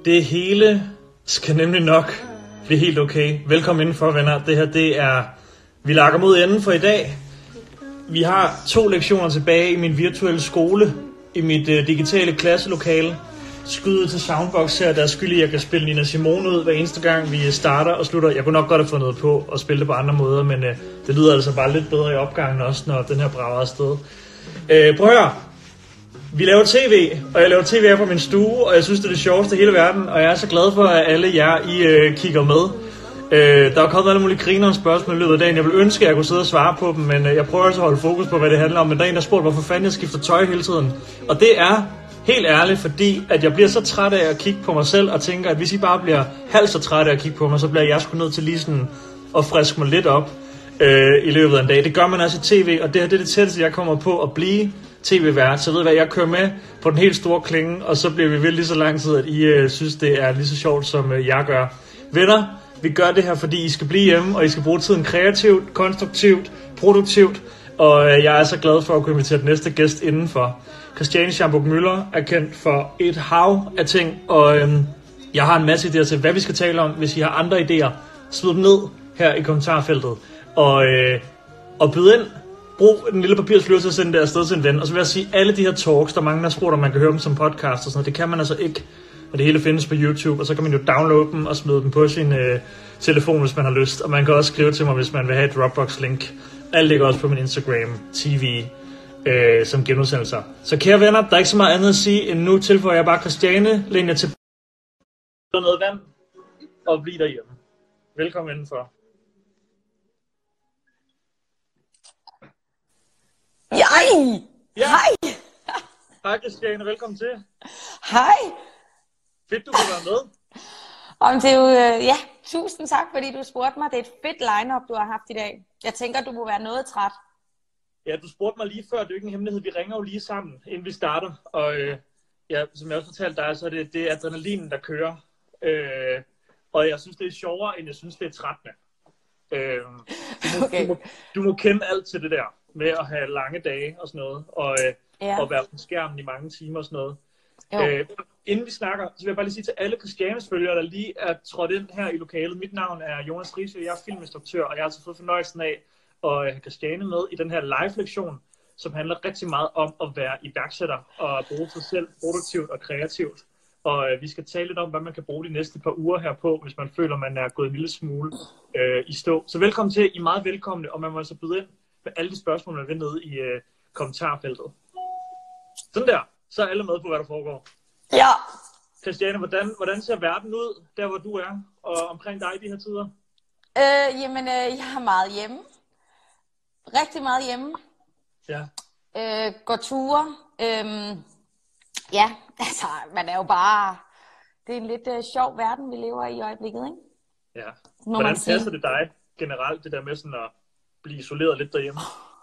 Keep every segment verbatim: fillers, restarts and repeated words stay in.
Det hele skal nemlig nok blive helt okay. Velkommen indenfor, venner. Det her, det er... Vi lakker mod enden for i dag. Vi har to lektioner tilbage i min virtuelle skole, i mit uh, digitale klasselokale. Skyde til Soundbox her, der er skyldig, jeg kan spille Nina Simone ud hver eneste gang, vi starter og slutter. Jeg kunne nok godt have fundet noget på og spille det på andre måder, men uh, det lyder altså bare lidt bedre i opgangen også, når den her brager afsted. Uh, prøv at høre. Vi laver tv, og jeg laver tv her på min stue, og jeg synes, det er det sjoveste i hele verden, og jeg er så glad for, at alle jer, I øh, kigger med. Øh, der er kommet alle mulige grinerende spørgsmål i løbet af dagen. Jeg vil ønske, at jeg kunne sidde og svare på dem, men øh, jeg prøver altså at holde fokus på, hvad det handler om. Men der er en, der spurgte, hvorfor fanden jeg skifter tøj hele tiden. Og det er helt ærligt, fordi at jeg bliver så træt af at kigge på mig selv, og tænker, at hvis I bare bliver halvt så træt af at kigge på mig, så bliver jeg sgu nødt til lige sådan at friske mig lidt op øh, i løbet af en dag. Det gør man også i tv, og det her det er det tætteste, jeg kommer på at blive tv-vært, så ved hvad, jeg kører med på den helt store klinge, og så bliver vi ved lige så lang tid, at I øh, synes, det er lige så sjovt, som øh, jeg gør. Venner, vi gør det her, fordi I skal blive hjemme, og I skal bruge tiden kreativt, konstruktivt, produktivt, og øh, jeg er så glad for at kunne invitere den næste gæst indenfor. Christiane Schaumburg Müller er kendt for et hav af ting, og øh, jeg har en masse idéer til, hvad vi skal tale om. Hvis I har andre idéer, smid dem ned her i kommentarfeltet, og, øh, og byd ind. Brug en lille papirsflyver til at sende det afsted til en ven. Og så vil jeg sige, alle de her talks, der er mange, der spurgt, om man kan høre dem som podcast og sådan noget, det kan man altså ikke. Og det hele findes på YouTube, og så kan man jo downloade dem og smide dem på sin øh, telefon, hvis man har lyst. Og man kan også skrive til mig, hvis man vil have et Dropbox-link. Alt ligger også på min Instagram, T V, øh, som genudsendelser. Så kære venner, der er ikke så meget andet at sige, end nu tilføjer jeg bare Christiane, læn jer til noget vand, og bliv derhjemme. Velkommen indenfor. Hej! Ja. Hej! Hej Christiane, velkommen til. Hej! Fedt, du kan være med. Om det er jo, øh, ja, tusind tak, fordi du spurgte mig. Det er et fedt line-up, du har haft i dag. Jeg tænker, du må være noget træt. Ja, du spurgte mig lige før, det er jo ikke en hemmelighed. Vi ringer jo lige sammen, inden vi starter. Og øh, ja, som jeg også fortalte dig, så er det, det er adrenalinen, der kører. Øh, og jeg synes, det er sjovere, end jeg synes, det er trættende. Øh, du, må, okay. du, må, du må kende alt til det der med at have lange dage og sådan noget, og, øh, ja. og være på skærmen i mange timer og sådan noget. Øh, inden vi snakker, så vil jeg bare lige sige til alle Christianes følgere, der lige er trådt ind her i lokalet. Mit navn er Jonas Riesø, jeg er filminstruktør, og jeg har altså fået fornøjelsen af at have Christiane med i den her live-lektion, som handler rigtig meget om at være iværksætter og bruge sig selv produktivt og kreativt. Og øh, vi skal tale lidt om, hvad man kan bruge de næste par uger her på, hvis man føler, man er gået en lille smule øh, i stå. Så velkommen til, I er meget velkomne, og man må altså byde ind med alle de spørgsmål, man vil nede i øh, kommentarfeltet. Sådan der, så er alle med på, hvad der foregår. Ja. Christiane, hvordan, hvordan ser verden ud, der hvor du er, og omkring dig i de her tider? Øh, jamen, øh, jeg er meget hjemme. Rigtig meget hjemme. Ja. Øh, går ture. Øh, ja, altså, man er jo bare... Det er en lidt øh, sjov verden, vi lever i i øjeblikket, ikke? Ja. Må Hvordan passer det dig generelt, det der med sådan at blive isoleret lidt derhjemme?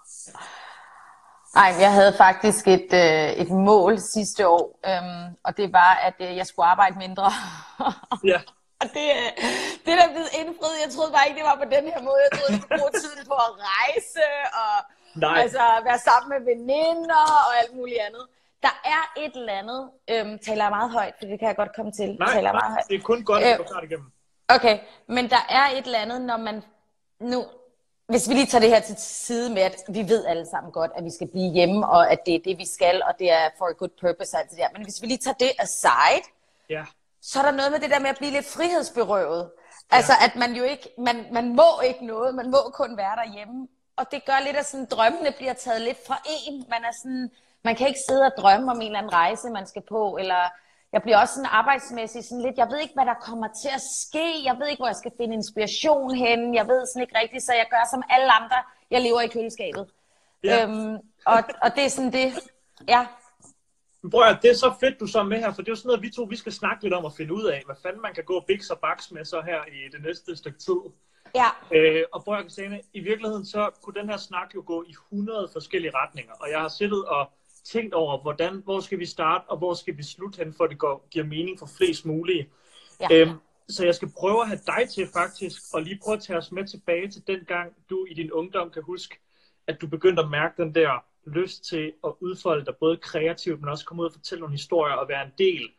Nej, jeg havde faktisk et, øh, et mål sidste år, øhm, og det var, at øh, jeg skulle arbejde mindre. Ja. Og det, øh, det der er blevet indfriet, jeg troede bare ikke, det var på den her måde. Jeg troede, jeg skulle bruge tiden på at rejse, og altså, være sammen med veninder og alt muligt andet. Der er et eller andet, øhm, taler jeg meget højt, for det kan jeg godt komme til. Nej, taler nej meget højt. det er kun godt, at du tager det igennem. Okay, men der er et eller andet, når man nu... Hvis vi lige tager det her til side med, at vi ved alle sammen godt, at vi skal blive hjemme, og at det er det, vi skal, og det er for a good purpose og alt det der. Men hvis vi lige tager det aside, ja. så er der noget med det der med at blive lidt frihedsberøvet. Ja. Altså, at man jo ikke, man, man må ikke noget, man må kun være derhjemme. Og det gør lidt, at sådan, drømmene bliver taget lidt fra en. Man er sådan, man kan ikke sidde og drømme om en eller anden rejse, man skal på, eller... Jeg bliver også sådan arbejdsmæssigt sådan lidt, jeg ved ikke, hvad der kommer til at ske, jeg ved ikke, hvor jeg skal finde inspiration henne, jeg ved sådan ikke rigtigt, så jeg gør som alle andre, jeg lever i køleskabet. Ja. Øhm, og, og det er sådan det, ja. Prøv at, det er så fedt, du så er med her, for det er jo sådan noget, vi to vi skal snakke lidt om at finde ud af, hvad fanden man kan gå og biks og baks med så her i det næste stykke tid. Ja. Øh, og prøv at Christiane, i virkeligheden så kunne den her snak jo gå i hundrede forskellige retninger, og jeg har siddet og tænkt over, hvordan, hvor skal vi starte, og hvor skal vi slutte hen, for det går, giver mening for flest mulige. Ja. Øhm, så jeg skal prøve at have dig til faktisk, og lige prøve at tage os med tilbage til den gang, du i din ungdom kan huske, at du begyndte at mærke den der lyst til at udfolde dig både kreativt, men også komme ud og fortælle nogle historier og være en del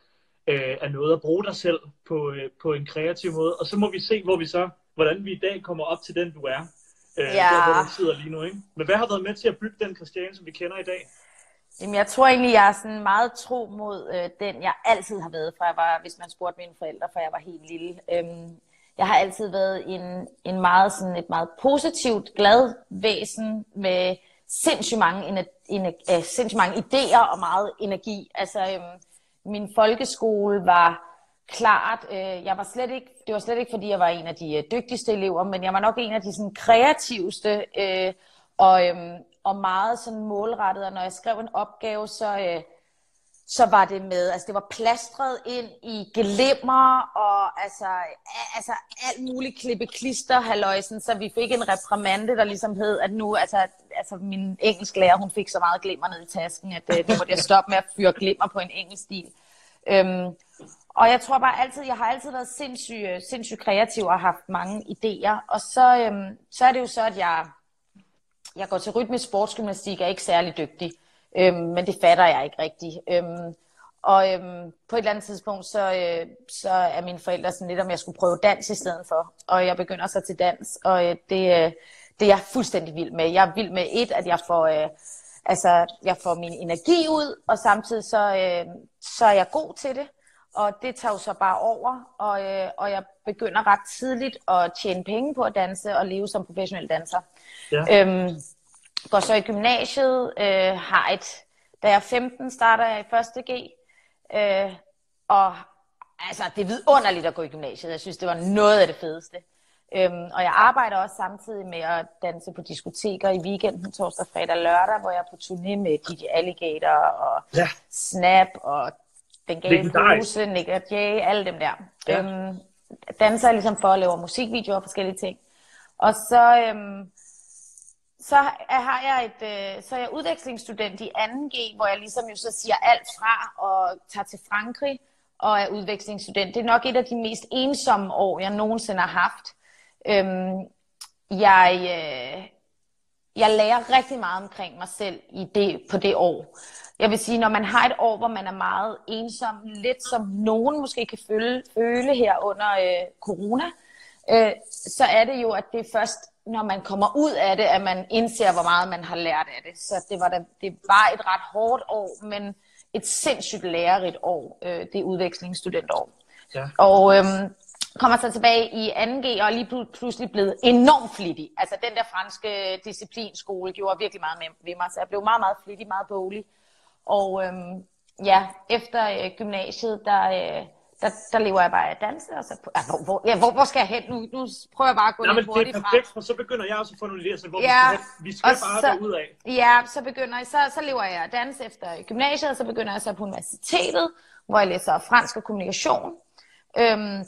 øh, er noget at bruge dig selv på, øh, på en kreativ måde. Og så må vi se, hvor vi så, hvordan vi i dag kommer op til den, du er. Øh, Ja. Der, hvor du sidder lige nu, ikke? Men hvad har været med til at bygge den Christiane, som vi kender i dag? Jamen, jeg tror egentlig, jeg er sådan meget tro mod øh, den, jeg altid har været, fra jeg var, hvis man spurgte mine forældre, fra jeg var helt lille. Øhm, jeg har altid været en, en meget, sådan et meget positivt, glad væsen med sindssygt mange, ener, ener, øh, sindssygt mange idéer og meget energi. Altså, øhm, min folkeskole var klart, øh, jeg var slet ikke, det var slet ikke, fordi jeg var en af de øh, dygtigste elever, men jeg var nok en af de sådan, kreativste øh, og... Øh, og meget sådan målrettet, og når jeg skrev en opgave, så, øh, så var det med, altså det var plastret ind i glimmer, og altså, altså alt muligt klippe klister, halløjsen, så vi fik en reprimande, der ligesom hed, at nu, altså, altså min engelsklærer, hun fik så meget glimmer ned i tasken, at øh, nu måtte jeg stoppe med at fyre glimmer på en engelsk stil. Øhm, og jeg tror bare altid, jeg har altid været sindssygt sindssyg kreativ og haft mange idéer, og så, øhm, så er det jo så, at jeg Jeg går til rytmisk sportsgymnastik, er ikke særlig dygtig, øhm, men det fatter jeg ikke rigtigt. Øhm, og øhm, på et eller andet tidspunkt, så, øh, så er mine forældre sådan lidt, om jeg skulle prøve dans i stedet for. Og jeg begynder så til dans, og øh, det, øh, det er jeg fuldstændig vild med. Jeg er vild med et, at jeg får, øh, altså, jeg får min energi ud, og samtidig så, øh, så er jeg god til det. Og det tager jo så bare over, og, øh, og jeg begynder ret tidligt at tjene penge på at danse og leve som professionel danser. Ja. Øhm, går så i gymnasiet, øh, har et, da jeg er femten, starter jeg i første G, øh, og altså, det er vidunderligt at gå i gymnasiet. Jeg synes, det var noget af det fedeste. Øhm, og jeg arbejder også samtidig med at danse på diskoteker i weekenden, torsdag, fredag, lørdag, hvor jeg er på turné med D J Alligator og ja. Snap og Den Gale Bluse, Nick og Jay, alle dem der. Ja. Øhm, danser jeg ligesom for at lave musikvideoer og forskellige ting. Og så, øhm, så har jeg et, øh, så er jeg udvekslingsstudent i anden G, hvor jeg ligesom jo så siger alt fra og tager til Frankrig og er udvekslingsstudent. Det er nok et af de mest ensomme år, jeg nogensinde har haft. Øhm, jeg, øh, jeg lærer rigtig meget omkring mig selv i det, på det år. Jeg vil sige, når man har et år, hvor man er meget ensom, lidt som nogen måske kan føle, føle her under øh, corona, øh, så er det jo, at det er først, når man kommer ud af det, at man indser, hvor meget man har lært af det. Så det var, da, det var et ret hårdt år, men et sindssygt lærerigt år, øh, det udvekslingsstudentår. Ja. Og øh, kommer så tilbage i anden G, og er lige pludselig blevet enormt flittig. Altså den der franske disciplinskole gjorde virkelig meget med, ved mig, så jeg blev meget, meget flittig, meget boglig. Og øhm, ja, efter øh, gymnasiet, der, øh, der, der lever jeg bare af danse. Og så, ah, hvor, hvor, ja, hvor, hvor skal jeg hen? Nu, nu prøver jeg bare at gå ja, lidt hurtigt fra. Det er perfekt, for så begynder jeg også at få nogle idéer, hvor ja, vi skal, vi skal bare så, gå ud af. Ja, så, begynder jeg, så, så lever jeg af danse efter gymnasiet, og så begynder jeg så på universitetet, hvor jeg læser fransk og kommunikation. Øhm,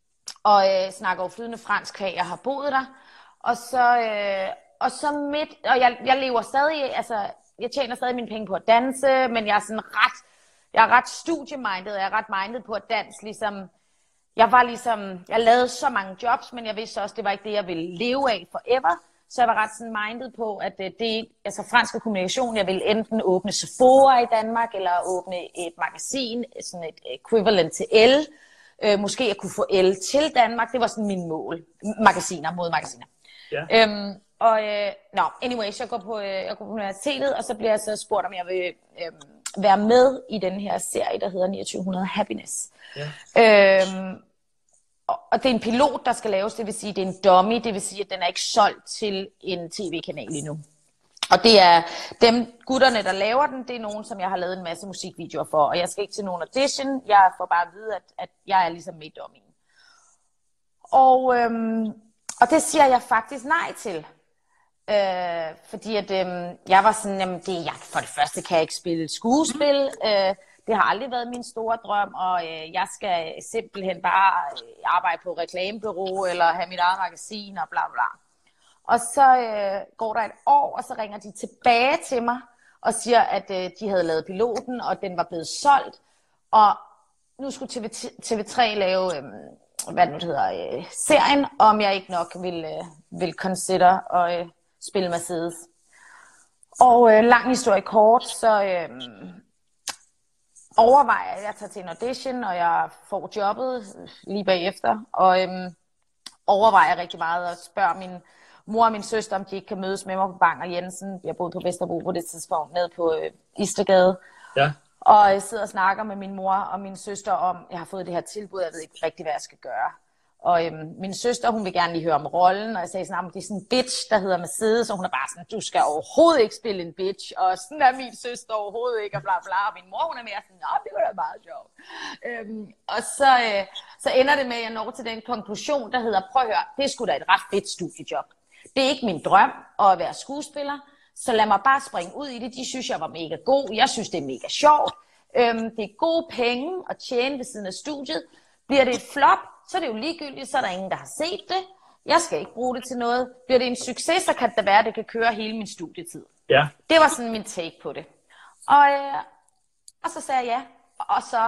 og øh, snakker jo flydende fransk, hvad jeg har boet der. Og så, øh, og så midt, og jeg, jeg lever stadig, altså jeg tjener stadig mine penge på at danse, men jeg er sådan ret, jeg er ret studiemindet, jeg er ret minded på at danse, ligesom, jeg var ligesom, jeg lavede så mange jobs, men jeg vidste også, det var ikke det, jeg ville leve af forever, så jeg var ret sådan minded på, at det, altså fransk og kommunikation, jeg ville enten åbne Sephora i Danmark, eller åbne et magasin, sådan et equivalent til L, øh, måske jeg kunne få L til Danmark, det var sådan min mål, magasiner, modemagasiner. Ja. Øhm, Og øh, no, anyways, jeg går, på, øh, jeg går på universitetet, og så bliver jeg så spurgt, om jeg vil øh, være med i den her serie, der hedder niogtyve hundrede Happiness. Ja. Øhm, og, og det er en pilot, der skal laves, det vil sige, det er en dummy, det vil sige, at den er ikke solgt til en tv-kanal endnu. Og det er dem gutterne, der laver den, det er nogen, som jeg har lavet en masse musikvideoer for, og jeg skal ikke til nogen audition, jeg får bare at vide, at, at jeg er ligesom med i dummyen. Og, øhm, og det siger jeg faktisk nej til. Øh, fordi at øh, jeg var sådan, jamen det, jeg, for det første kan jeg ikke spille skuespil, øh, det har aldrig været min store drøm, og øh, jeg skal simpelthen bare arbejde på reklamebureau, eller have mit eget magasin, og bla bla. Og så øh, går der et år, og så ringer de tilbage til mig, og siger, at øh, de havde lavet piloten, og den var blevet solgt, og nu skulle T V, T V tre lave, øh, hvad det nu hedder, øh, serien, om jeg ikke nok ville, øh, ville consider, og øh, spille Mercedes. Og øh, lang historie kort, så, øh, overvejer jeg, at jeg tager til en audition, og jeg får jobbet lige bagefter, og øhm, overvejer rigtig meget og spørger min mor og min søster, om de ikke kan mødes med mig på Bang og Jensen. Jeg boede på Vesterbro på det tidspunkt, nede på øh, Istergade. Ja. Og jeg sidder og snakker med min mor og min søster om, jeg har fået det her tilbud, jeg ved ikke rigtig, hvad jeg skal gøre. Og øhm, min søster, hun vil gerne lige høre om rollen, og jeg sagde sådan, at det er sådan en bitch, der hedder Mercedes, og hun er bare sådan, du skal overhovedet ikke spille en bitch, og sådan er min søster overhovedet ikke, og bla bla, og min mor, hun er mere sådan, nå, det var da meget sjovt. Øhm, og så, øh, så ender det med, at jeg når til den konklusion, der hedder, prøv at høre, det er sgu da et ret fedt studiejob. Det er ikke min drøm at være skuespiller, så lad mig bare springe ud i det. De synes, jeg var mega god. Jeg synes, det er mega sjovt. Øhm, det er gode penge at tjene ved siden af studiet. Bliver det et flop, så er det jo ligegyldigt, så er der ingen, der har set det. Jeg skal ikke bruge det til noget. Bliver det en succes, så kan det være, at det kan køre hele min studietid. Ja. Det var sådan min take på det. Og, øh, og så sagde jeg ja. Og så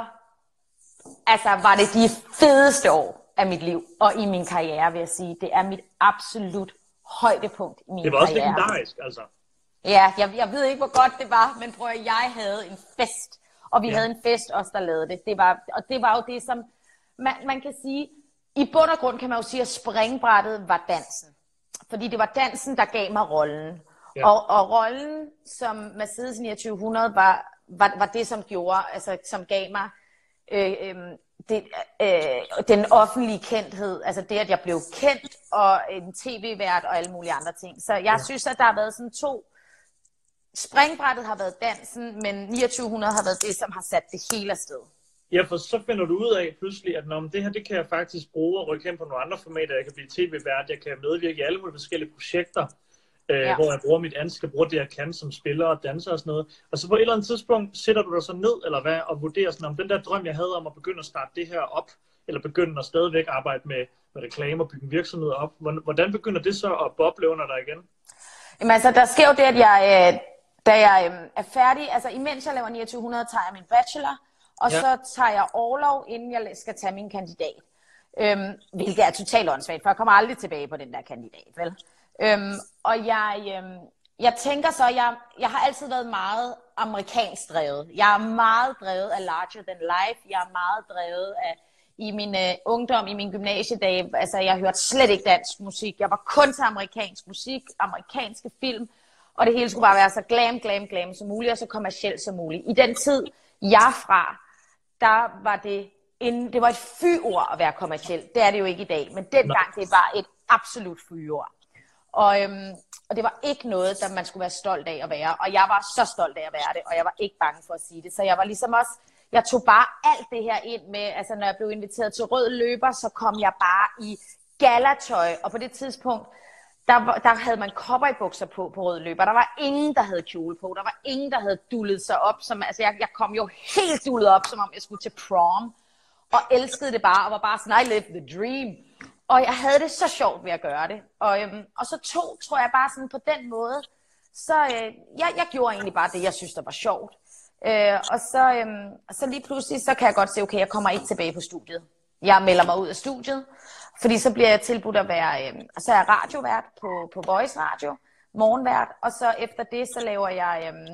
altså, var det de fedeste år af mit liv og i min karriere, vil jeg sige. Det er mit absolut højdepunkt i min karriere. Det var også legendarisk, altså. Ja, jeg, jeg ved ikke, hvor godt det var, men prøv at jeg havde en fest. Og vi ja. havde en fest også, der lavede det. det var, og det var jo det, som man, man kan sige, i bund og grund kan man jo sige, at springbrættet var dansen. Fordi det var dansen, der gav mig rollen. Ja. Og, og rollen som Mercedes niogtyve hundrede var, var, var det, som gjorde, altså som gav mig øh, øh, det, øh, den offentlige kendthed. Altså det, at jeg blev kendt, og en tv-vært og alle mulige andre ting. Så jeg ja. synes, at der har været sådan to. Springbrættet har været dansen, men niogtyve hundrede har været det, som har sat det hele afsted. Ja, for så finder du ud af pludselig, at når det her, det kan jeg faktisk bruge og rykke hen på nogle andre formater. Jeg kan blive tv-vært, jeg kan medvirke i alle mulige forskellige projekter, øh, ja. hvor jeg bruger mit ansigt, jeg bruger det, jeg kan som spiller og danser og sådan noget. Og så på et eller andet tidspunkt sætter du dig så ned, eller hvad, og vurderer sådan, om den der drøm, jeg havde om at begynde at starte det her op, eller begynde at stadigvæk arbejde med, med reklame og bygge en virksomhed op. Hvordan begynder det så at boble under dig igen? Jamen altså, der sker jo det, at jeg, øh, da jeg øh, er færdig, altså imens jeg laver niogtyve hundrede, tager jeg min bachelor, og ja. så tager jeg orlov, inden jeg skal tage min kandidat. Øhm, hvilket er totalt åndssvagt, for jeg kommer aldrig tilbage på den der kandidat, vel? Øhm, og jeg, øhm, jeg tænker så, jeg, jeg har altid været meget amerikansk drevet. Jeg er meget drevet af larger than life. Jeg er meget drevet af, i min øh, ungdom, i min gymnasiedage, altså jeg hørte slet ikke dansk musik. Jeg var kun til amerikansk musik, amerikanske film, og det hele skulle bare være så glam, glam, glam som muligt, og så kommercielt som muligt. I den tid, jeg er fra, der var det en, det var et fy-ord at være kommerciel. Det er det jo ikke i dag, men dengang det var et absolut fy-ord. Og, øhm, og det var ikke noget, der man skulle være stolt af at være. Og jeg var så stolt af at være det, og jeg var ikke bange for at sige det. Så jeg var ligesom også, jeg tog bare alt det her ind med, altså når jeg blev inviteret til Rød Løber, så kom jeg bare i galatøj. Og på det tidspunkt, der, der havde man cowboybukser på på Rød Løber. Der var ingen, der havde kjole på. Der var ingen, der havde dullet sig op. Som, altså jeg, jeg kom jo helt dullet op, som om jeg skulle til prom. Og elskede det bare, og var bare sådan, I live the dream. Og jeg havde det så sjovt ved at gøre det. Og, øhm, og så to, tror jeg bare sådan på den måde, så øh, jeg, jeg gjorde egentlig bare det, jeg synes, der var sjovt. Øh, og så, øhm, så lige pludselig, så kan jeg godt se, okay, jeg kommer ikke tilbage på studiet. Jeg melder mig ud af studiet, fordi så bliver jeg tilbudt at være, øh, så er jeg radiovært på, på Voice Radio, morgenvært, og så efter det, så laver jeg øh,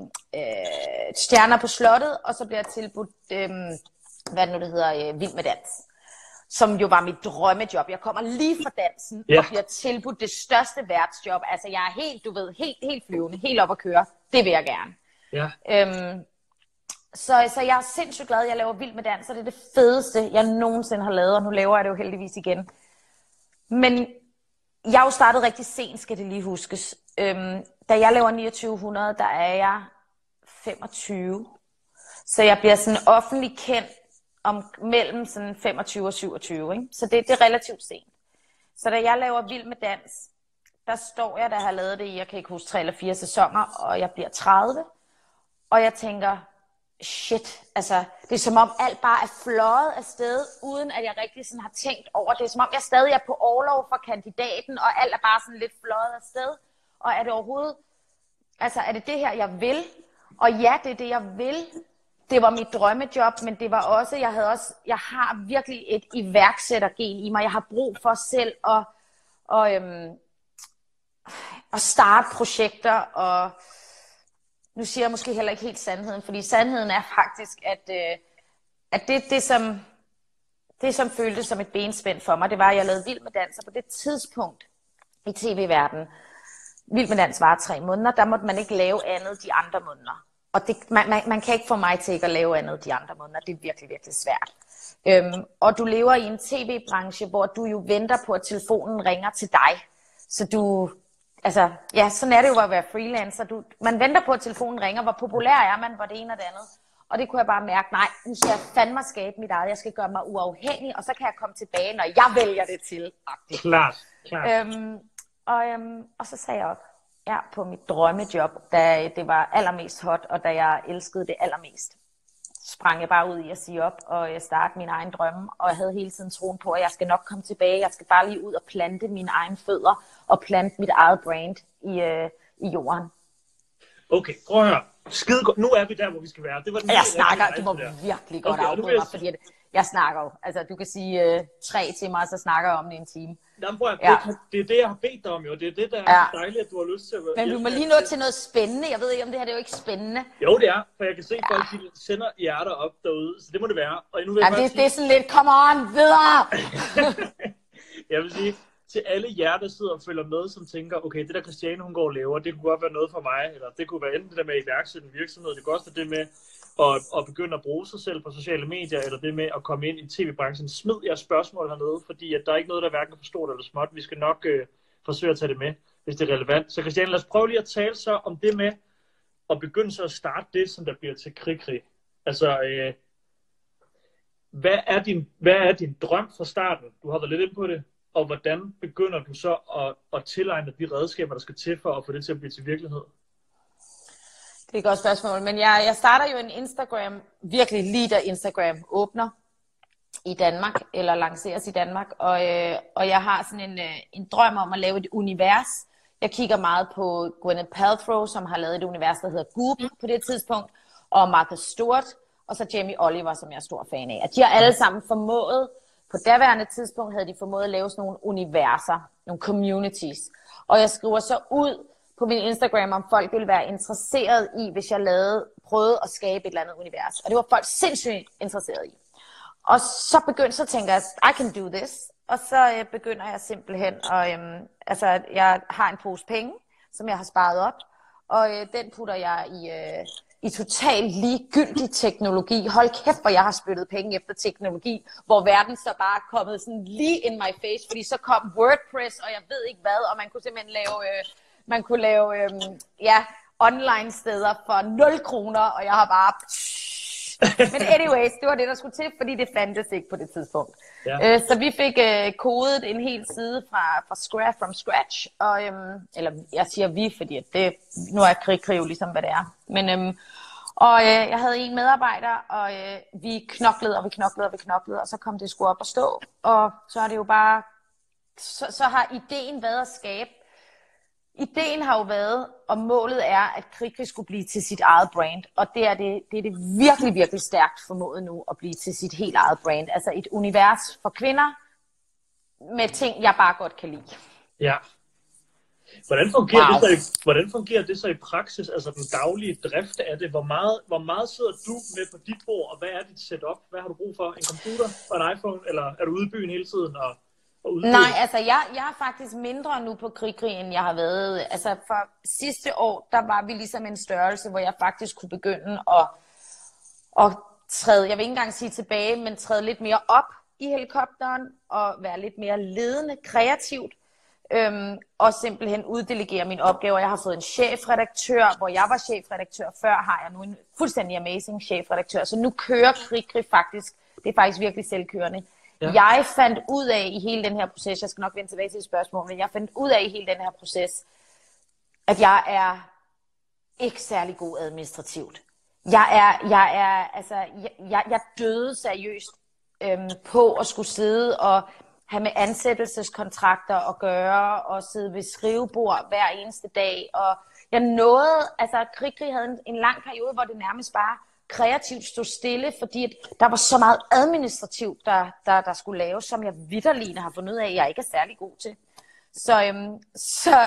øh, Stjerner på Slottet, og så bliver jeg tilbudt, øh, hvad det nu det hedder, øh, Vild med Dans. Som jo var mit drømmejob. Jeg kommer lige fra dansen, yeah. og bliver tilbudt det største værtsjob. Altså jeg er helt, du ved, helt, helt flyvende, helt op at køre. Det vil jeg gerne. Yeah. Øhm, så, så jeg er sindssygt glad, at jeg laver Vild med Dans, og det er det fedeste, jeg nogensinde har lavet, og nu laver jeg det jo heldigvis igen. Men jeg har jo startet rigtig sent, skal det lige huskes. Øhm, da jeg laver niogtyve hundrede, der er jeg femogtyve. Så jeg bliver sådan offentlig kendt om mellem sådan femogtyve og syvogtyve, ikke? Så det, det er relativt sent. Så da jeg laver Vild med Dans, der står jeg, da jeg har lavet det i, jeg kan ikke huske, tre eller fire sæsoner, og jeg bliver tredive. Og jeg tænker, shit, altså, det er som om alt bare er fløjet afsted, uden at jeg rigtig sådan har tænkt over det. Det er som om jeg stadig er på orlov for kandidaten, og alt er bare sådan lidt fløjet afsted. Og er det overhovedet, altså er det det her, jeg vil? Og ja, det er det, jeg vil. Det var mit drømmejob, men det var også, jeg havde også, jeg har virkelig et iværksættergen i mig. Jeg har brug for selv at, og, øhm, at starte projekter og nu siger jeg måske heller ikke helt sandheden, fordi sandheden er faktisk, at, øh, at det, det, som, det, som føltes som et benspænd for mig, det var, at jeg lavede Vild med Dans, og på det tidspunkt i tv-verdenen, Vild med Dans var tre måneder, der måtte man ikke lave andet de andre måneder. Og det, man, man, man kan ikke få mig til ikke at lave andet de andre måneder. Det er virkelig, virkelig svært. Øhm, og du lever i en tv-branche, hvor du jo venter på, at telefonen ringer til dig. Så du, altså, ja, sådan er det jo at være freelancer. Du, man venter på, at telefonen ringer. Hvor populær er man, hvor det ene og det andet. Og det kunne jeg bare mærke, nej, nu skal jeg fandme skabe mit eget. Jeg skal gøre mig uafhængig, og så kan jeg komme tilbage, når jeg vælger det til. Klart, klart. Øhm, og, øhm, og så sagde jeg op. Ja, på mit drømmejob, da det var allermest hot, og da jeg elskede det allermest, sprang jeg bare ud i at sige op og starte min egen drømme, og jeg havde hele tiden troen på, at jeg skal nok komme tilbage, jeg skal bare lige ud og plante mine egne fødder, og plante mit eget brand i, øh, i jorden. Okay, prøv at høre. Skide godt. Nu er vi der, hvor vi skal være. Det var den jeg snakker, du må der. virkelig godt okay, afbryde mig, fordi jeg snakker jo. Altså, du kan sige øh, tre timer, og så snakker jeg om det i en time. Jamen, prøv at, ja. det, det er det, jeg har bedt dig om, jo. Det er det, der er ja. så dejligt, at du har lyst til at... Men vi må lige nå til noget spændende. Jeg ved ikke, om det her det er jo ikke spændende. Jo, det er. For jeg kan se, at folk ja. sender hjerter op derude. Så det må det være. Og nu vil ja, jeg det, sige... det er sådan lidt, come on, videre! Jeg vil sige, til alle jer, der sidder og følger med, som tænker, okay, det der Christiane, hun går og laver, det kunne godt være noget for mig. Eller det kunne være enten det der med at iværksætte en virksomhed. Det kunne også være det med... Og, og begynde at bruge sig selv på sociale medier, eller det med at komme ind i tv-branchen. Smid jeres spørgsmål hernede, fordi at der er ikke noget, der er hverken for stort eller småt. Vi skal nok øh, forsøge at tage det med, hvis det er relevant. Så Christiane, lad os prøve lige at tale så om det med at begynde så at starte det, som der bliver til krig-krig. Altså, øh, hvad, er din, hvad er din drøm fra starten? Du har været lidt inde på det. Og hvordan begynder du så at, at tilegne de redskaber, der skal til for at få det til at blive til virkelighed? Det er et godt spørgsmål, men jeg, jeg starter jo en Instagram, virkelig lige da Instagram åbner i Danmark, eller lanceres i Danmark, og, øh, og jeg har sådan en, øh, en drøm om at lave et univers. Jeg kigger meget på Gwyneth Paltrow, som har lavet et univers, der hedder Goop på det tidspunkt, og Martha Stewart, og så Jamie Oliver, som jeg er stor fan af. At de har alle sammen formået, på daværende tidspunkt havde de formået at lave sådan nogle universer, nogle communities, og jeg skriver så ud på min Instagram, om folk ville være interesseret i, hvis jeg lavede, prøvede at skabe et eller andet univers. Og det var folk sindssygt interesseret i. Og så begyndte, så tænker jeg, I can do this. Og så øh, begynder jeg simpelthen, og øh, altså, jeg har en pose penge, som jeg har sparet op, og øh, den putter jeg i, øh, i totalt ligegyldig teknologi. Hold kæft, hvor jeg har spyttet penge efter teknologi, hvor verden så bare er kommet sådan lige in my face, fordi så kom WordPress, og jeg ved ikke hvad, og man kunne simpelthen lave... Øh, Man kunne lave øhm, ja, online steder for nul kroner, og jeg har bare... Men anyways, det var det, der skulle til, fordi det fandtes ikke på det tidspunkt. Ja. Øh, så vi fik øh, kodet en hel side fra, fra scratch, from scratch. Og, øhm, eller jeg siger vi, fordi det, nu er krig-krig jo ligesom, hvad det er. Men, øhm, og øh, jeg havde en medarbejder, og øh, vi knoklede, og vi knoklede, og vi knoklede, og så kom det sgu op at stå. Og så er det jo bare... Så, så har ideen været at skabe. Ideen har jo været, og målet er, at krig-krig skulle blive til sit eget brand. Og det er det, det er det virkelig, virkelig stærkt formået nu at blive til sit helt eget brand. Altså et univers for kvinder med ting, jeg bare godt kan lide. Ja. Hvordan fungerer, wow. det, så i, hvordan fungerer det så i praksis, altså den daglige drift af det? Hvor meget, hvor meget sidder du med på dit bord, og hvad er dit setup? Hvad har du brug for? En computer og en iPhone? Eller er du ude i byen hele tiden? Og Nej, altså jeg, jeg er faktisk mindre nu på krig-krig, end jeg har været. Altså for sidste år, der var vi ligesom en størrelse, hvor jeg faktisk kunne begynde at, at træde, jeg vil ikke engang sige tilbage, men træde lidt mere op i helikopteren og være lidt mere ledende, kreativt. Øhm, og simpelthen uddelegere mine opgaver. Jeg har fået en chefredaktør, hvor jeg var chefredaktør før, har jeg nu en fuldstændig amazing chefredaktør. Så nu kører krig-krig faktisk, det er faktisk virkelig selvkørende. Ja. Jeg fandt ud af i hele den her proces, jeg skal nok vende tilbage til et spørgsmål, men jeg fandt ud af i hele den her proces, at jeg er ikke særlig god administrativt. Jeg er, jeg er, altså, jeg, jeg, jeg døde seriøst øhm, på at skulle sidde og have med ansættelseskontrakter at gøre, og sidde ved skrivebord hver eneste dag, og jeg nåede, altså krig-krig havde en, en lang periode, hvor det nærmest bare kreativt stod stille, fordi at der var så meget administrativt, der, der, der skulle laves, som jeg vitterligt har fundet ud af, at jeg ikke er særlig god til. Så, øhm, så det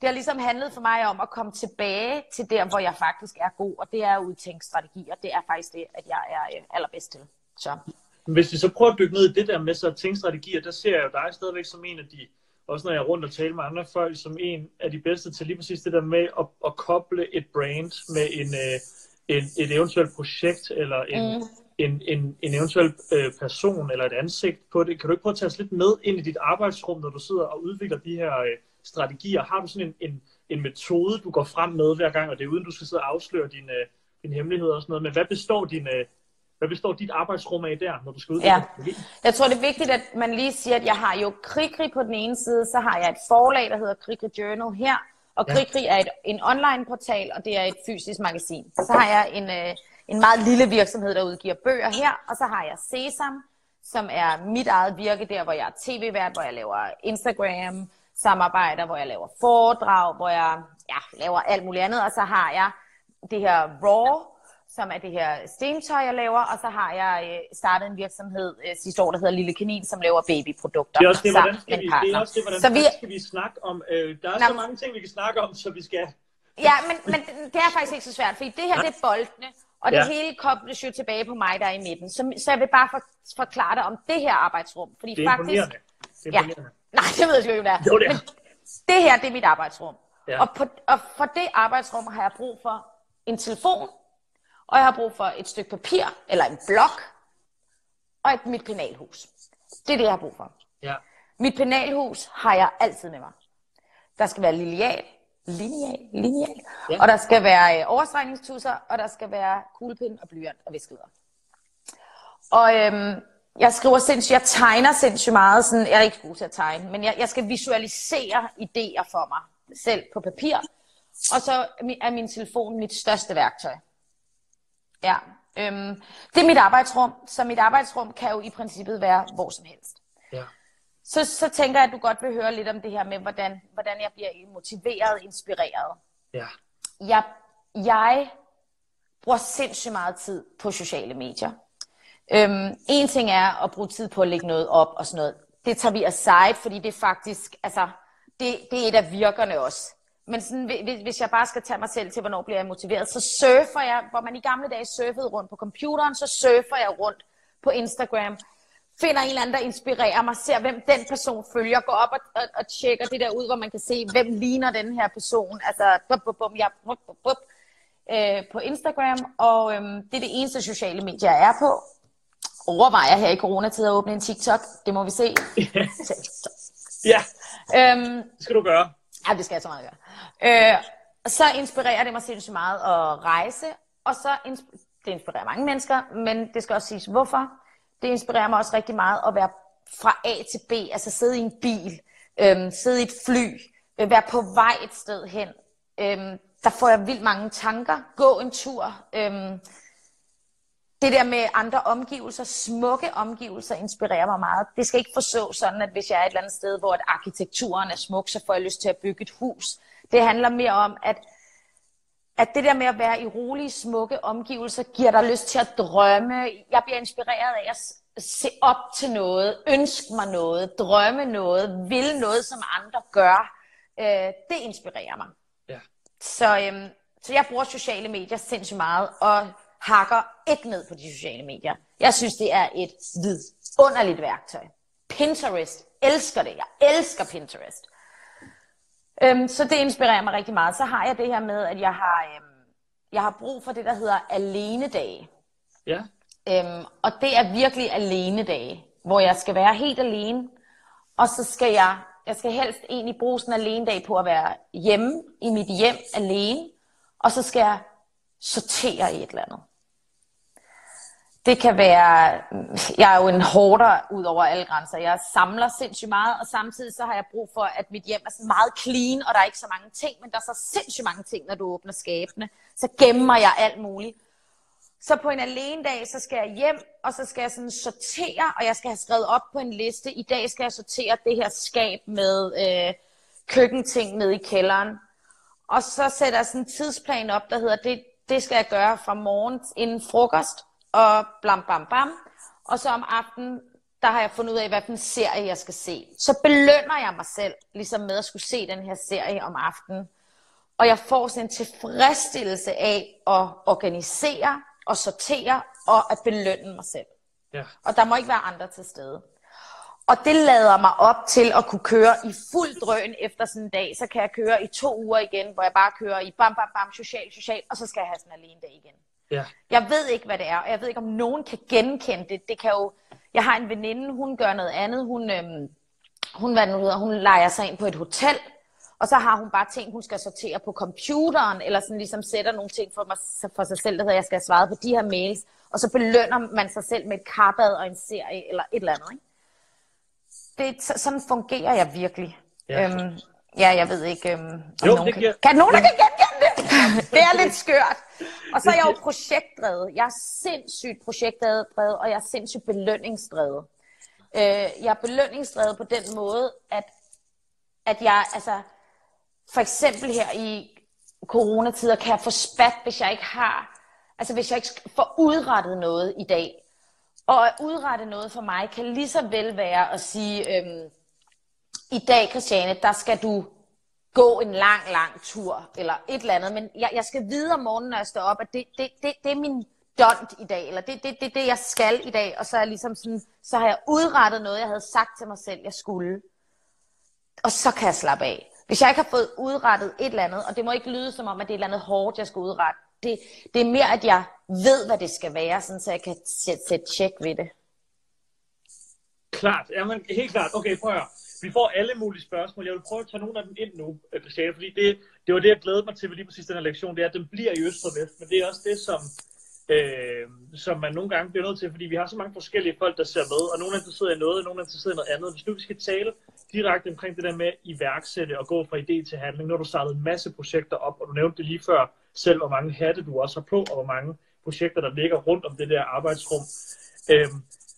det har ligesom handlet for mig om at komme tilbage til der, hvor jeg faktisk er god, og det er at udtænke strategier. Det er faktisk det, at jeg er allerbedst til. Så. Hvis vi så prøver at dykke ned i det der med så at tænke strategier, der ser jeg jo dig stadigvæk som en af de, også når jeg er rundt og taler med andre folk, som en af de bedste til lige præcis det der med at, at koble et brand med en, en, et eventuelt projekt, eller en, mm. en, en, en eventuel øh, person, eller et ansigt på det. Kan du ikke prøve at tage os lidt med ind i dit arbejdsrum, når du sidder og udvikler de her øh, strategier? Har du sådan en, en, en metode, du går frem med hver gang, og det er uden du skal sidde og afsløre dine, dine hemmeligheder og sådan noget, men hvad består din... Øh, Hvad består dit arbejdsrum af der, når du skal udvikle ja. det? Jeg tror, det er vigtigt, at man lige siger, at jeg har jo Krigri på den ene side, så har jeg et forlag, der hedder Krigri Journal her, og Krigri ja. er et, en online portal, og det er et fysisk magasin. Så har jeg en, øh, en meget lille virksomhed, der udgiver bøger her, og så har jeg Sesam, som er mit eget virke der, hvor jeg er tv-vært, hvor jeg laver Instagram-samarbejder, hvor jeg laver foredrag, hvor jeg ja, laver alt muligt andet, og så har jeg det her Raw, som er det her stentøj, jeg laver, og så har jeg øh, startet en virksomhed øh, sidste år, der hedder Lille Kanin, som laver babyprodukter. Det er også det, hvordan skal vi, det er også det, hvordan så vi, skal vi snakke om. Øh, der er nå, så mange ting, vi kan snakke om, så vi skal... Ja, men, men det er faktisk ikke så svært, fordi det her, det er boldene, og det ja. hele kobles jo tilbage på mig, der er i midten. Så, så jeg vil bare for, forklare dig om det her arbejdsrum. Fordi det er faktisk, imponerende. Det er imponerende. Ja, nej, det ved jeg jo, det er. Jo, det er. Men det her, det er mit arbejdsrum. Ja. Og, på, og for det arbejdsrum har jeg brug for en telefon, og jeg har brug for et stykke papir, eller en blok, og et mit penalhus. Det er det, jeg har brug for. Ja. Mit penalhus har jeg altid med mig. Der skal være lineal, lineal, lineal, ja. og der skal være øh, overstregningstusser, og der skal være kuglepind og blyant og viskeder. Og øhm, jeg skriver sindssygt, jeg tegner sindssygt meget, sådan, jeg er ikke god til at tegne, men jeg, jeg skal visualisere idéer for mig selv på papir, og så er min telefon mit største værktøj. Ja, øhm, det er mit arbejdsrum, så mit arbejdsrum kan jo i princippet være hvor som helst. Ja. Så, så tænker jeg, at du godt vil høre lidt om det her med, hvordan, hvordan jeg bliver motiveret, inspireret. Ja. Jeg, jeg bruger sindssygt meget tid på sociale medier. Øhm, en ting er at bruge tid på at lægge noget op og sådan noget. Det tager vi aside, fordi det er faktisk, altså, det, det er et af virkerne også. Men sådan, hvis jeg bare skal tage mig selv til, hvornår bliver jeg motiveret, så surfer jeg, hvor man i gamle dage surfede rundt på computeren, så surfer jeg rundt på Instagram, finder en eller anden, der inspirerer mig, ser hvem den person følger, går op og, og, og tjekker det der ud, hvor man kan se, hvem ligner den her person, altså bum, bum, bum, ja, bum, bum, bum, øh, på Instagram, og øhm, det er det eneste sociale medier, jeg er på. Overvejer her i coronatid at åbne en TikTok, det må vi se. Ja, øhm, det skal du gøre. Ja, det skal jeg så meget gøre. Øh, så inspirerer det mig sindssygt meget at rejse, og så insp- det inspirerer mange mennesker, men det skal også siges hvorfor. Det inspirerer mig også rigtig meget at være fra A til B, altså sidde i en bil, øhm, sidde i et fly, øh, være på vej et sted hen. Øhm, der får jeg vildt mange tanker, gå en tur. Øhm, det der med andre omgivelser, smukke omgivelser, inspirerer mig meget. Det skal ikke forstå sådan, at hvis jeg er et eller andet sted, hvor arkitekturen er smuk, så får jeg lyst til at bygge et hus. Det handler mere om, at, at det der med at være i rolige, smukke omgivelser, giver dig lyst til at drømme. Jeg bliver inspireret af at se op til noget, ønske mig noget, drømme noget, ville noget, som andre gør. Øh, det inspirerer mig. Ja. Så, øhm, så jeg bruger sociale medier sindssygt meget, og hakker ikke ned på de sociale medier. Jeg synes, det er et vidunderligt værktøj. Pinterest, elsker det. Jeg elsker Pinterest. Øhm, så det inspirerer mig rigtig meget. Så har jeg det her med, at jeg har, øhm, jeg har brug for det, der hedder alenedage. Ja. Øhm, og det er virkelig alenedage, hvor jeg skal være helt alene. Og så skal jeg, jeg skal helst egentlig bruge sådan en alendag på at være hjemme i mit hjem alene. Og så skal jeg sortere i et eller andet. Det kan være, jeg er jo en hoarder ud over alle grænser. Jeg samler sindssygt meget, og samtidig så har jeg brug for, at mit hjem er sådan meget clean, og der er ikke så mange ting, men der er så sindssygt mange ting, når du åbner skabene. Så gemmer jeg alt muligt. Så på en alene dag, så skal jeg hjem, og så skal jeg sådan sortere, og jeg skal have skrevet op på en liste. I dag skal jeg sortere det her skab med øh, køkkenting nede i kælderen. Og så sætter jeg sådan en tidsplan op, der hedder, det, det skal jeg gøre fra morgen inden frokost, og blam, bam, bam. Og så om aftenen, der har jeg fundet ud af, hvad for en serie jeg skal se. Så belønner jeg mig selv, ligesom med at skulle se den her serie om aftenen. Og jeg får sådan en tilfredsstillelse af at organisere og sortere og at belønne mig selv. Ja. Og der må ikke være andre til stede. Og det lader mig op til at kunne køre i fuld drøn efter sådan en dag. Så kan jeg køre i to uger igen, hvor jeg bare kører i bam, bam, bam, social, social, og så skal jeg have sådan en alene dag igen. Ja. Jeg ved ikke, hvad det er, og jeg ved ikke, om nogen kan genkende det. Det kan jo... Jeg har en veninde, hun gør noget andet. Hun, øhm, hun, hvad det nu hedder, hun lejer sig ind på et hotel, og så har hun bare ting, hun skal sortere på computeren, eller sådan ligesom sætter nogle ting for, mig, for sig selv, der hedder, jeg skal have svaret på de her mails, og så belønner man sig selv med et karbad og en serie, eller et eller andet, ikke? Det, sådan fungerer jeg virkelig. Ja, øhm, ja jeg ved ikke, øhm, om jo, nogen det kan... giver... Kan nogen, der kan genkende det? Det er lidt skørt. Og så er jeg jo projektdrevet. Jeg er sindssygt projektdrevet, og jeg er sindssygt belønningsdrevet. Øh, jeg er belønningsdrevet på den måde, at, at jeg, altså, for eksempel her i coronatider, kan jeg få spat, hvis jeg ikke har, altså hvis jeg ikke får udrettet noget i dag. Og at udrette noget for mig kan lige så vel være at sige, øhm, i dag, Christiane, der skal du gå en lang, lang tur, eller et eller andet. Men jeg, jeg skal vide om morgenen, når jeg står op, at det, det, det, det er min dont i dag, eller det er det, det, det, jeg skal i dag. Og så, er jeg ligesom sådan, så har jeg udrettet noget, jeg havde sagt til mig selv, jeg skulle. Og så kan jeg slappe af. Hvis jeg ikke har fået udrettet et eller andet, og det må ikke lyde som om, at det er et eller andet hårdt, jeg skal udrette. Det, det er mere, at jeg ved, hvad det skal være, sådan, så jeg kan sætte, sætte tjek ved det. Klart, jamen helt klart. Okay, prøv at høre. Vi får alle mulige spørgsmål. Jeg vil prøve at tage nogle af dem ind nu, Christiane, fordi det, det var det, jeg glædede mig til ved lige præcis den her lektion, det er, at den bliver i øst og vest, men det er også det, som, øh, som man nogle gange bliver nødt til, fordi vi har så mange forskellige folk, der ser med, og nogle er interesseret i noget, og nogle er interesseret i noget andet. Hvis nu vi skal tale direkte omkring det der med iværksætte og gå fra idé til handling, når du startede en masse projekter op, og du nævnte det lige før selv, hvor mange hatte du også har på, og hvor mange projekter, der ligger rundt om det der arbejdsrum. Øh,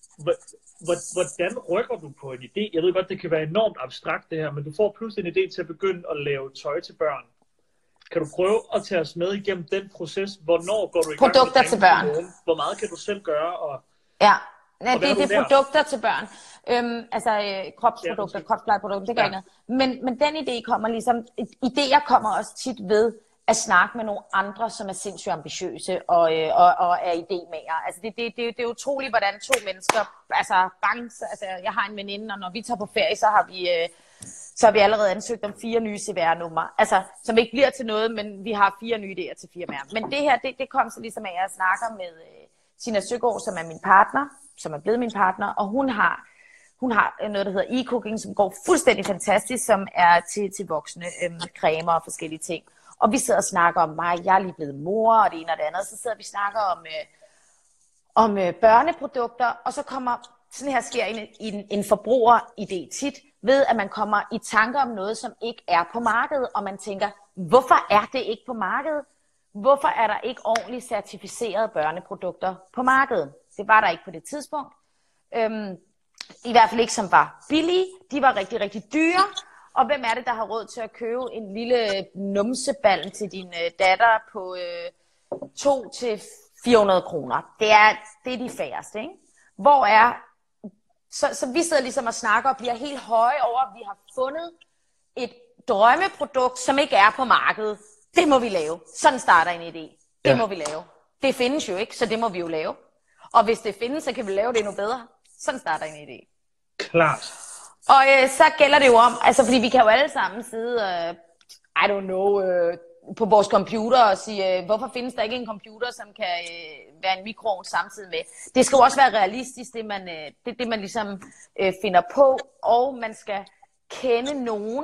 Hvordan rykker du på en idé? Jeg ved godt, det kan være enormt abstrakt det her, men du får pludselig en idé til at begynde at lave tøj til børn. Kan du prøve at tage os med igennem den proces? Hvornår går du i gang med produkter til børn? Hvor meget kan du selv gøre? Og, ja, ja og det, det er produkter til børn. Øhm, altså øh, kropsprodukter, kropsplejeprodukter, det gør ja. noget. Men, men den idé kommer ligesom, idéer kommer også tit ved at snakke med nogle andre, som er sindssygt ambitiøse og, øh, og, og er idémager. Altså det, det, det, det er utroligt, hvordan to mennesker, altså bang, altså jeg har en veninde, og når vi tager på ferie, så har vi, øh, så har vi allerede ansøgt om fire nye C V R-numre. Altså, som ikke bliver til noget, men vi har fire nye idéer til firmaer. Men det her, det, det kom så ligesom af, at jeg snakker med øh, Tina Søgaard, som er min partner, som er blevet min partner, og hun har, hun har noget, der hedder e-cooking, som går fuldstændig fantastisk, som er til, til voksne, øh, cremer og forskellige ting. Og vi sidder og snakker om mig, jeg er lige blevet mor, og det ene og det andet. Så sidder vi og snakker om, øh, om øh, børneprodukter, og så kommer, sådan her sker en, en, en forbrugeridé tit, ved at man kommer i tanker om noget, som ikke er på markedet, og man tænker, hvorfor er det ikke på markedet? Hvorfor er der ikke ordentligt certificerede børneprodukter på markedet? Det var der ikke på det tidspunkt. Øhm, I hvert fald ikke, som var billige. De var rigtig, rigtig dyre. Og hvem er det, der har råd til at købe en lille numseball til din øh, datter på øh, to til fire hundrede kroner? Det er, det er de færreste, ikke? Hvor er... Så, så vi sidder ligesom og snakker og bliver helt høje over, at vi har fundet et drømmeprodukt, som ikke er på markedet. Det må vi lave. Sådan starter en idé. Det ja. må vi lave. Det findes jo ikke, så det må vi jo lave. Og hvis det findes, så kan vi lave det endnu bedre. Sådan starter en idé. Klart. Og øh, så gælder det jo om, altså fordi vi kan jo alle sammen sidde, øh, I don't know, øh, på vores computer og sige, øh, hvorfor findes der ikke en computer, som kan øh, være en mikroovn samtidig med. Det skal jo også være realistisk, det man, øh, det, det man ligesom øh, finder på, og man skal kende nogen,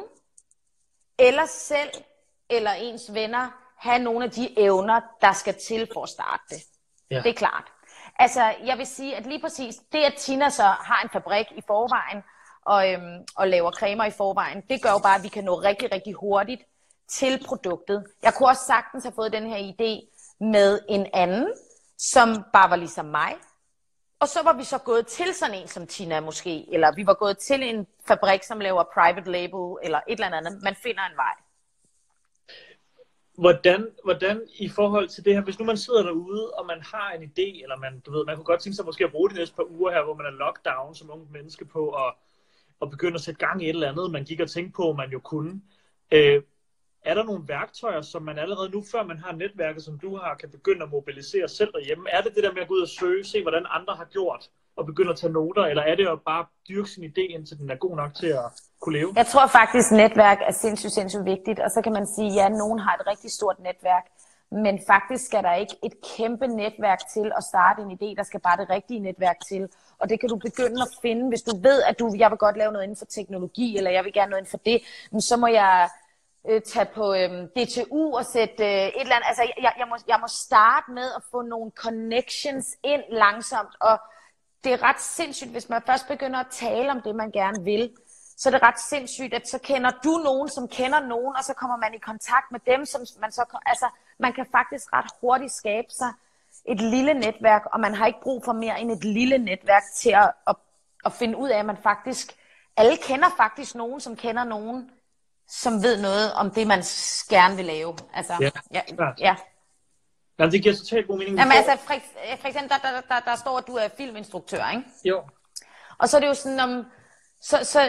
eller selv, eller ens venner, have nogle af de evner, der skal til for at starte det. Ja. Det er klart. Altså, jeg vil sige, at lige præcis det, at Tina så har en fabrik i forvejen, og, øhm, og laver cremer i forvejen, det gør jo bare, at vi kan nå rigtig, rigtig hurtigt til produktet. Jeg kunne også sagtens have fået den her idé med en anden, som bare var ligesom mig. Og så var vi så gået til sådan en som Tina måske, eller vi var gået til en fabrik, som laver private label, eller et eller andet. Man finder en vej. Hvordan, hvordan i forhold til det her, hvis nu man sidder derude, og man har en idé, eller man, du ved, man kunne godt tænke sig måske at bruge de næste par uger her, hvor man er lockdown som unge menneske på, og, og begynde at sætte gang i et eller andet, man gik og tænkte på, man jo kunne. Øh, er der nogle værktøjer, som man allerede nu, før man har netværket, som du har, kan begynde at mobilisere selv derhjemme? Er det det der med at gå ud og søge, se hvordan andre har gjort, og begynde at tage noter, eller er det at bare dyrke sin idé, indtil den er god nok til at kunne leve? Jeg tror faktisk, at netværk er sindssygt, sindssygt vigtigt, og så kan man sige, ja, nogen har et rigtig stort netværk, men faktisk skal der ikke et kæmpe netværk til at starte en idé, der skal bare det rigtige netværk til, og det kan du begynde at finde, hvis du ved, at du, jeg vil godt lave noget inden for teknologi, eller jeg vil gerne noget inden for det, men så må jeg øh, tage på øh, D T U og sætte øh, et eller andet, altså jeg, jeg, må, jeg må starte med at få nogle connections ind langsomt, og det er ret sindssygt, hvis man først begynder at tale om det, man gerne vil, så er det ret sindssygt, at så kender du nogen, som kender nogen, og så kommer man i kontakt med dem, som man så, altså, man kan faktisk ret hurtigt skabe sig et lille netværk, og man har ikke brug for mere end et lille netværk til at, at, at finde ud af, at man faktisk, alle kender faktisk nogen, som kender nogen, som ved noget om det, man gerne vil lave. Altså, ja, ja, klart. ja. Jamen, det giver totalt god mening. Jamen, altså, for, for eksempel, der, der, der, der står, at du er filminstruktør, ikke? Jo. Og så er det jo sådan, om, så, så,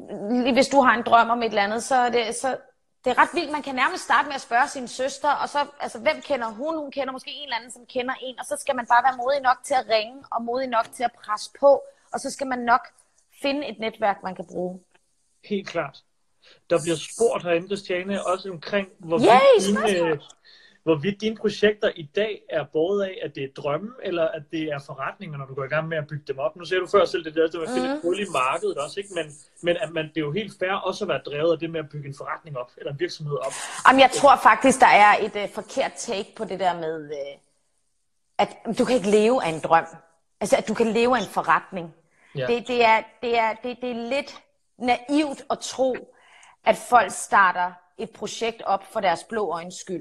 hvis du har en drøm om et eller andet, så er det, så, det er ret vildt. Man kan nærmest starte med at spørge sin søster, og så, altså, hvem kender hun? Hun kender måske en eller anden, som kender en, og så skal man bare være modig nok til at ringe, og modig nok til at presse på, og så skal man nok finde et netværk, man kan bruge. Helt klart. Der bliver spurgt herinde, Christiane, også omkring, hvorvidt, Yay, dine, hvorvidt dine projekter i dag er båret af, at det er drømme, eller at det er forretninger, når du går i gang med at bygge dem op. Nu ser du før selv det der, at finde et hul i markedet også, ikke? Men, men at man, det er jo helt fair også at være drevet af det med at bygge en forretning op, eller en virksomhed op. Jamen, jeg tror faktisk, der er et uh, forkert take på det der med, uh, at du kan ikke leve af en drøm. Altså, at du kan leve af en forretning. Ja. Det, det, er, det, er, det, det er lidt naivt at tro, at folk starter et projekt op for deres blå øjens skyld.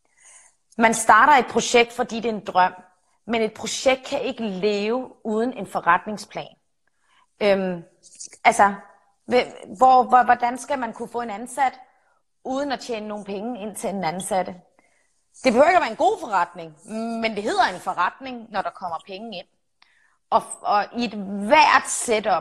Man starter et projekt, fordi det er en drøm, men et projekt kan ikke leve uden en forretningsplan. Øhm, altså, hvor, hvor, hvordan skal man kunne få en ansat, uden at tjene nogle penge ind til en ansatte? Det behøver ikke at være en god forretning, men det hedder en forretning, når der kommer penge ind. Og, og i et hvert setup,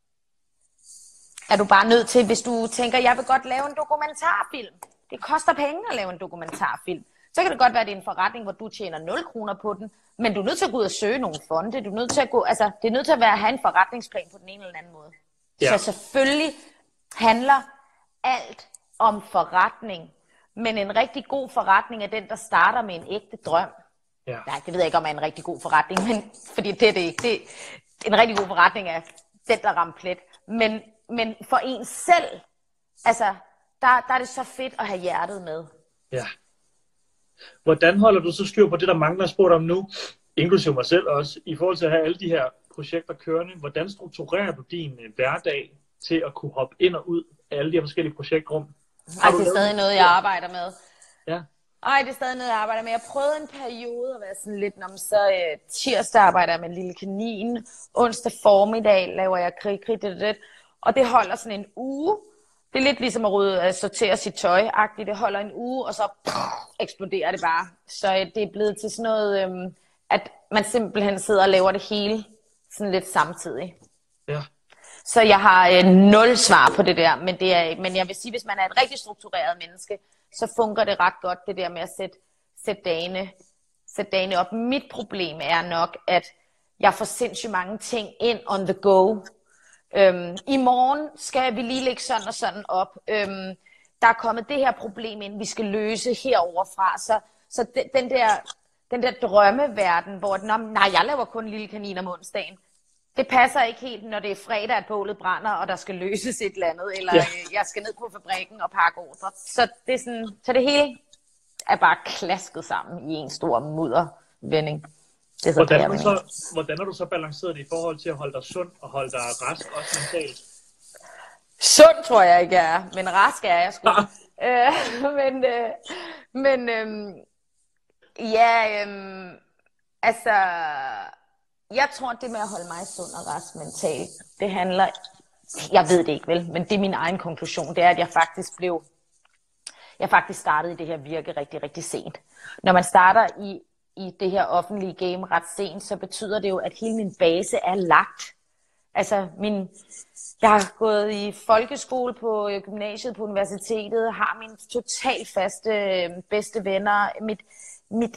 er du bare nødt til, hvis du tænker, jeg vil godt lave en dokumentarfilm. Det koster penge at lave en dokumentarfilm. Så kan det godt være, at det er en forretning, hvor du tjener nul kroner på den, men du er nødt til at gå ud og søge nogle fonde. Du er nødt til at gå, altså, det er nødt til at være at have en forretningsplan på den ene eller anden måde. Ja. Så selvfølgelig handler alt om forretning, men en rigtig god forretning er den, der starter med en ægte drøm. Ja. Nej, det ved jeg ikke, om er en rigtig god forretning, men fordi det er det ikke. Det, en rigtig god forretning er den, der rammer plet. Men, men for en selv, altså, der, der er det så fedt at have hjertet med. Ja. Hvordan holder du så styr på det, der mangler spurgt om nu, inklusive mig selv også, i forhold til at have alle de her projekter kørende? Hvordan strukturerer du din hverdag til at kunne hoppe ind og ud af alle de her forskellige projektrum? Ej, det er stadig noget, jeg arbejder med. Ja. Ej, det er stadig noget, jeg arbejder med. Jeg prøvede en periode at være sådan lidt, når man så øh, tirsdag arbejder jeg med en lille kanin, onsdag formiddag laver jeg krig, krig, det, det, og det holder sådan en uge. Det er lidt ligesom at rydde, at sortere sit tøj-agtigt. Det holder en uge, og så pff, eksploderer det bare. Så øh, det er blevet til sådan noget, øh, at man simpelthen sidder og laver det hele sådan lidt samtidig. Ja. Så jeg har øh, nul svar på det der, men, det er, men jeg vil sige, hvis man er et rigtig struktureret menneske, så fungerer det ret godt, det der med at sætte, sætte, dagene, sætte dagene op. Mit problem er nok, at jeg får sindssygt mange ting ind on the go. Øhm, I morgen skal vi lige lægge sådan og sådan op. Øhm, der er kommet det her problem ind, vi skal løse heroverfra. Så, så de, den, der, den der drømmeverden, hvor den, nej, jeg laver kun en lille kanin om onsdagen. Det passer ikke helt, når det er fredag, at bålet brænder, og der skal løses et eller andet, eller ja. øh, jeg skal ned på fabrikken og pakke ordre. Så det, er sådan, så det hele er bare klasket sammen i en stor muddervending. Det er så hvordan, er så, hvordan har du så balanceret det i forhold til at holde dig sund og holde dig rask, også mentalt? Sund tror jeg ikke, jeg er, men rask er jeg sgu. øh, men øh, men øh, ja, øh, altså... Jeg tror, at det med at holde mig sund og rask mentalt, det handler, jeg ved det ikke vel, men det er min egen konklusion, det er, at jeg faktisk blev, jeg faktisk startede i det her virke rigtig, rigtig sent. Når man starter i, i det her offentlige game ret sent, så betyder det jo, at hele min base er lagt. Altså, min, jeg har gået i folkeskole på gymnasiet, på universitetet, har mine totalt faste bedste venner. Mit, mit,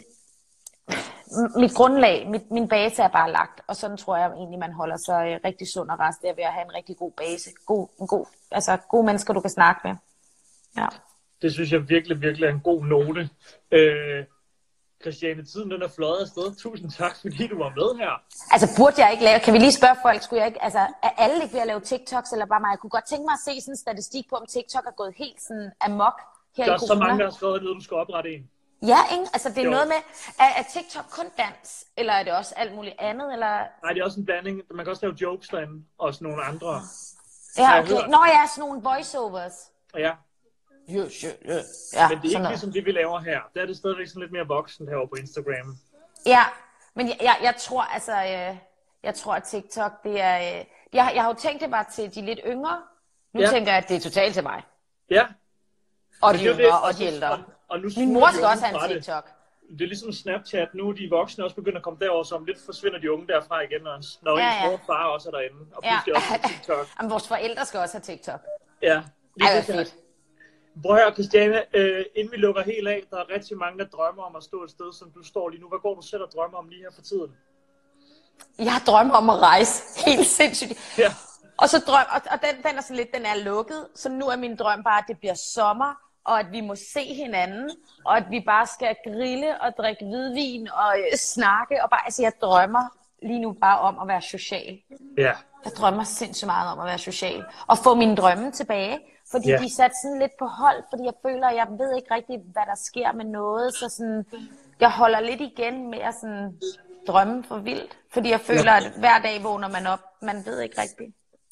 mit grundlag, mit, min base er bare lagt, og sådan tror jeg egentlig, man holder sig rigtig sund og rest. Det er ved at have en rigtig god base. God, en god, altså gode mennesker, du kan snakke med. Ja. Det synes jeg virkelig, virkelig er en god note. Øh, Christiane, tiden den er fløjet afsted. Tusind tak, fordi du var med her. Altså, burde jeg ikke lave... Kan vi lige spørge folk, skulle jeg ikke... Altså, er alle ikke ved at lave TikToks, eller bare mig? Jeg kunne godt tænke mig at se sådan en statistik på, om TikTok er gået helt sådan amok her i corona. Der er så mange, der har skrevet noget, du skal oprette en. Ja, ikke? Altså, det er jo. noget med... Er, er TikTok kun dans, eller er det også alt muligt andet, eller... Nej, det er også en blanding. Man kan også lave jokes derinde, og sådan nogle andre. Ja, okay. Nå ja, sådan nogle voiceovers. Ja. Yes, yes, yes. Ja, men det er ikke ligesom det, vi laver her. Der er det stadigvæk sådan lidt mere voksen herovre på Instagram. Ja, men jeg, jeg, jeg tror altså, øh, jeg tror at TikTok, det er, øh, jeg, jeg har jo tænkt det bare til de lidt yngre. Nu ja. tænker jeg, at det er totalt til mig. Ja. Og de yngre, det, og de ældre. Og, og nu min mor skal også have en TikTok. Det. det er ligesom Snapchat. Nu er de voksne også begyndt at komme derover, så om lidt forsvinder de unge derfra igen også. Når ja, ens ja. mor og far også er derinde. Og pludselig ja. også har TikTok. Jamen, vores forældre skal også have TikTok. Ja. Ej, det er fedt. Prøv at høre, Christiane, øh, inden vi lukker helt af, der er rigtig mange, der drømmer om at stå et sted, som du står lige nu. Hvad går du selv og drømmer om lige her for tiden? Jeg drømmer om at rejse helt sindssygt. Ja. Og så drøm, og, og den, den er sådan lidt, den er lukket, så nu er min drøm bare, at det bliver sommer, og at vi må se hinanden, og at vi bare skal grille og drikke hvidvin og øh, snakke, og bare, altså jeg drømmer lige nu bare om at være social. Ja. Jeg drømmer sindssygt meget om at være social, og få mine drømme tilbage. Fordi yeah. de satte sådan lidt på hold, fordi jeg føler, at jeg ved ikke rigtig, hvad der sker med noget. Så sådan, jeg holder lidt igen med at sådan drømme for vildt. Fordi jeg føler, at hver dag vågner man op. Man ved ikke rigtigt.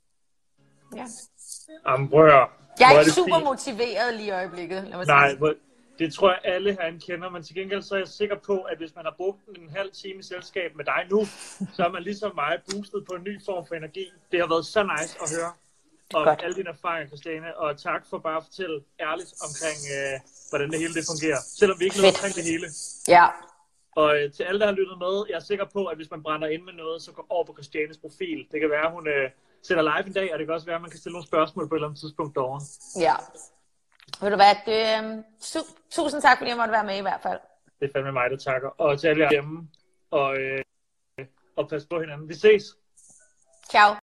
Ja. Jamen, prøv at, jeg er ikke er super fint. motiveret lige i øjeblikket. Lad mig Nej, sige. det tror jeg alle herinde kender. Men til gengæld så er jeg sikker på, at hvis man har brugt en halv time i selskab med dig nu, så er man ligesom mig boostet på en ny form for energi. Det har været så nice at høre. Og godt. Alle dine erfaringer, Christiane, og tak for bare at fortælle ærligt omkring, øh, hvordan det hele det fungerer, selvom vi ikke nåede omkring det hele. Ja. Og øh, til alle, der har lyttet med, jeg er sikker på, at hvis man brænder ind med noget, så går over på Christianes profil. Det kan være, at hun øh, sætter live en dag, og det kan også være, at man kan stille nogle spørgsmål på et eller andet tidspunkt derovre. Ja. Ved du hvad, det, øh, su- tusind tak, fordi jeg måtte være med i hvert fald. Det er fandme mig, der takker. Og til alle jer hjemme, og, øh, og pas på hinanden. Vi ses. Ciao.